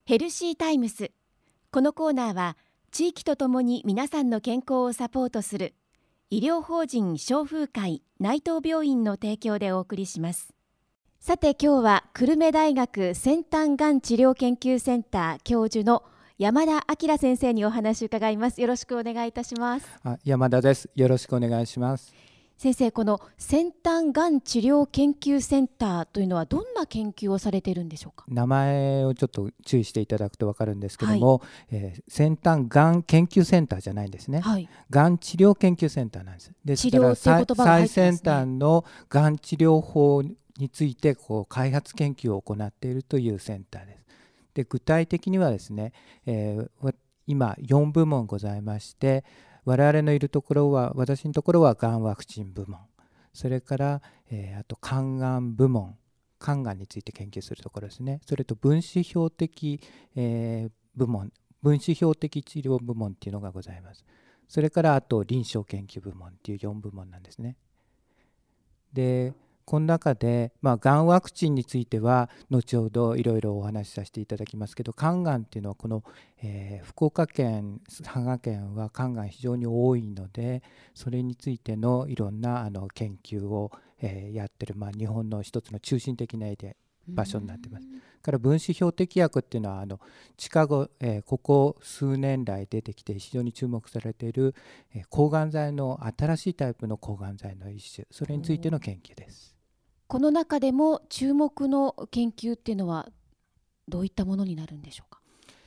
ヘルシータイムス。このコーナーは地域とともに皆さんの健康をサポートする医療法人消風会内藤病院の提供でお送りします。さて今日は久留米大学先端がん治療研究センター教授の山田明先生にお話を伺います。よろしくお願いいたします。 山田です。よろしくお願いします。 先生、この先端がん治療研究センターというのはどんな研究をされているんでしょうか。 名前をちょっと注意していただくと分かるんですけども、先端がん研究センターじゃないんですね。がん治療研究センターなんです。ですから最先端のがん治療法について開発研究を行っているというセンターです。で、具体的にはですね、今4部門ございまして、我々のいるところは、私のところはがんワクチン部門、それから、あと肝がん部門、肝がんについて研究するところですね。それと分子標的、部門、分子標的治療部門っていうのがございます。それからあと臨床研究部門っていう4部門なんですね。で、この中で、がんワクチンについては後ほどいろいろお話しさせていただきますけど、肝がんっていうのはこの、福岡県、佐賀県は肝がん非常に多いので、それについてのいろんな研究を、やってる、日本の一つの中心的な場所になっています。から分子標的薬っていうのは近頃、ここ数年来出てきて非常に注目されている、抗がん剤の新しいタイプの抗がん剤の一種、それについての研究です。 この中でも注目の研究っていうのはどういったものになるんでしょうか。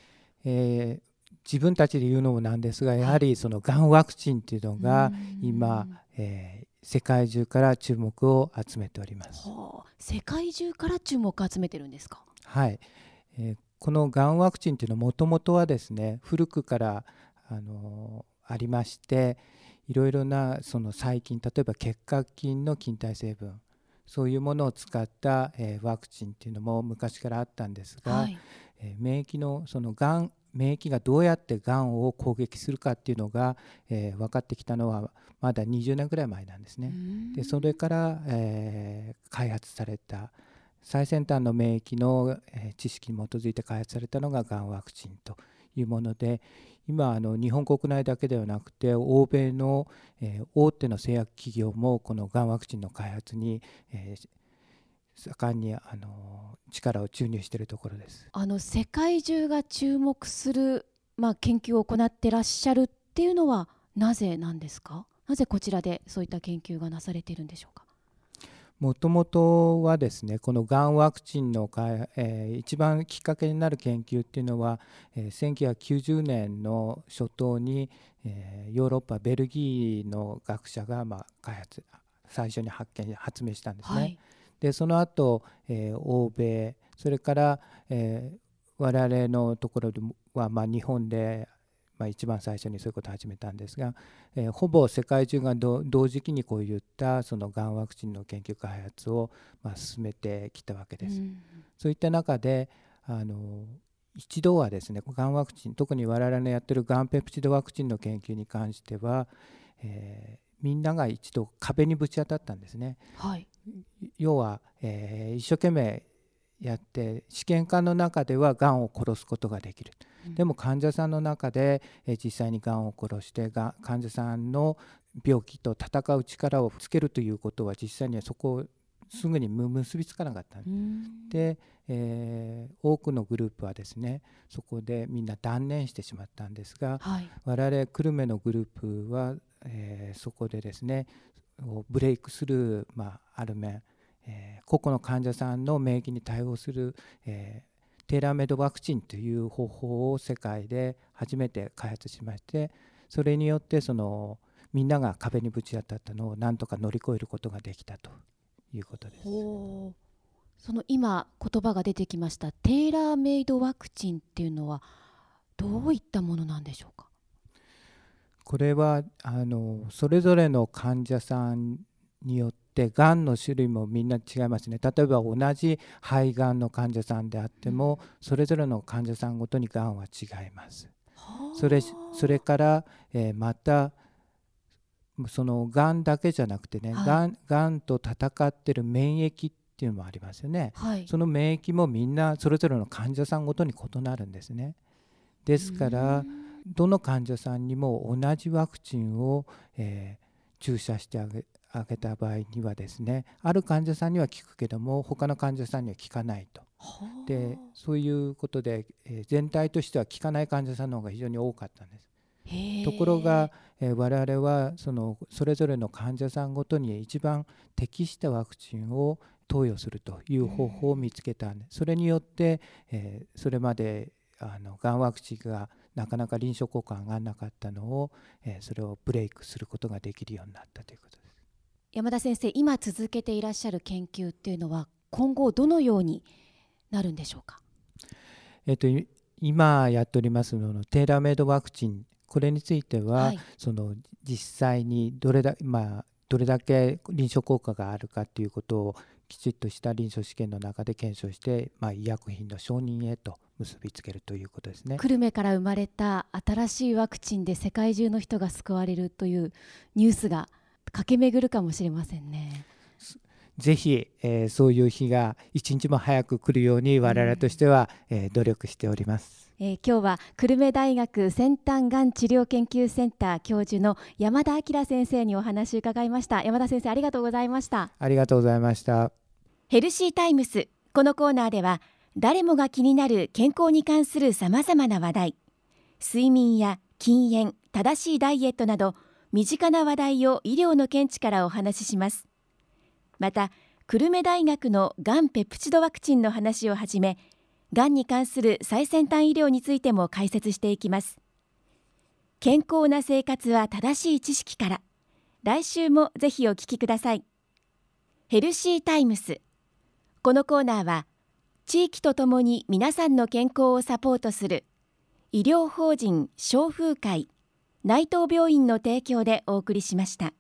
自分たちで言うのもなんですが、やはりそのがんワクチンっていうのが今、世界中から注目を集めております。 世界中から注目を集めてるんですか。 はい、このがんワクチンっていうのはもともとはですね、古くからありまして、いろいろなその細菌、例えば結核菌の菌体成分、そういうものを使った、ワクチンっていうのも昔からあったんですが、免疫のその免疫がどうやってがんを攻撃するかっていうのが、分かってきたのはまだ20年ぐらい前なんですね。で、それから、開発された最先端の免疫の、知識に基づいて開発されたのががんワクチンというもので、今日本国内だけではなくて欧米の、大手の製薬企業もこのがんワクチンの開発に、盛んに力を注入しているところです。 世界中が注目する、研究を行ってらっしゃるっていうのはなぜなんですか。なぜこちらでそういった研究がなされているんでしょうか。 もともとはですね、このがんワクチンの一番きっかけになる研究っていうのは、1990年の初頭に、ヨーロッパベルギーの学者が最初に発明したんですね。でその後、欧米、それから、我々のところでは、日本で一番最初にそういうことを始めたんですが、ほぼ世界中が同時期にこういったそのがんワクチンの研究開発を進めてきたわけです。そういった中で一度はですね、がんワクチン、特に我々のやってるがんペプチドワクチンの研究に関しては、みんなが一度壁にぶち当たったんですね。要は、一生懸命やって試験管の中ではがんを殺すことができる。でも患者さんの中で、実際にがんを殺して患者さんの病気と戦う力をつけるということは実際にはそこをすぐに結びつかなかった。で、多くのグループはですね、そこでみんな断念してしまったんですが、我々久留米のグループは、そこでですねブレイクスルー、ある面、個々の患者さんの免疫に対応する、テーラーメイドワクチンという方法を世界で初めて開発しまして、それによってみんなが壁にぶち当たったのをなんとか乗り越えることができたということです。 その今言葉が出てきましたテーラーメイドワクチンっていうのはどういったものなんでしょうか。 これはそれぞれの患者さんによってがんの種類もみんな違いますね。例えば同じ肺がんの患者さんであっても、それぞれの患者さんごとにがんは違います。それから、またそのがんだけじゃなくてね、がんと戦ってる免疫っっていうのもありますよね、 はい、 その免疫もみんなそれぞれの患者さんごとに異なるんですね。ですからどの患者さんにも同じワクチンを、注射してあげた場合にはですね、ある患者さんには効くけども他の患者さんには効かないと。でそういうことで、全体としては効かない患者さんの方が非常に多かったんです。ところが、我々はそれぞれの患者さんごとに一番適したワクチンを投与するという方法を見つけたんです。それによって、それまでがんワクチンがなかなか臨床効果が上がらなかったのを、それをブレイクすることができるようになったということです。 山田先生、今続けていらっしゃる研究っていうのは今後どのようになるんでしょうか。 今やっておりますテーラーメイドワクチン、これについては、 はい、 実際にどれだけ臨床効果があるかということをきちっとした臨床試験の中で検証して、医薬品の承認へと結びつけるということですね。 久留米から生まれた新しいワクチンで世界中の人が救われるというニュースが駆け巡るかもしれませんね。 ぜひ、そういう日が一日も早く来るように我々としては、努力しております。 今日は久留米大学先端がん治療研究センター教授の山田明先生にお話を伺いました。山田先生、ありがとうございました。 ありがとうございました。 ヘルシータイムス、このコーナーでは誰もが気になる健康に関するさまざまな話題、睡眠や禁煙、正しいダイエットなど身近な話題を医療の見地からお話しします。また久留米大学のがんペプチドワクチンの話をはじめ、がんに関する最先端医療についても解説していきます。健康な生活は正しい知識から。来週もぜひお聞きください。ヘルシータイムス、このコーナーは地域とともに皆さんの健康をサポートする医療法人消風会内藤病院の提供でお送りしました。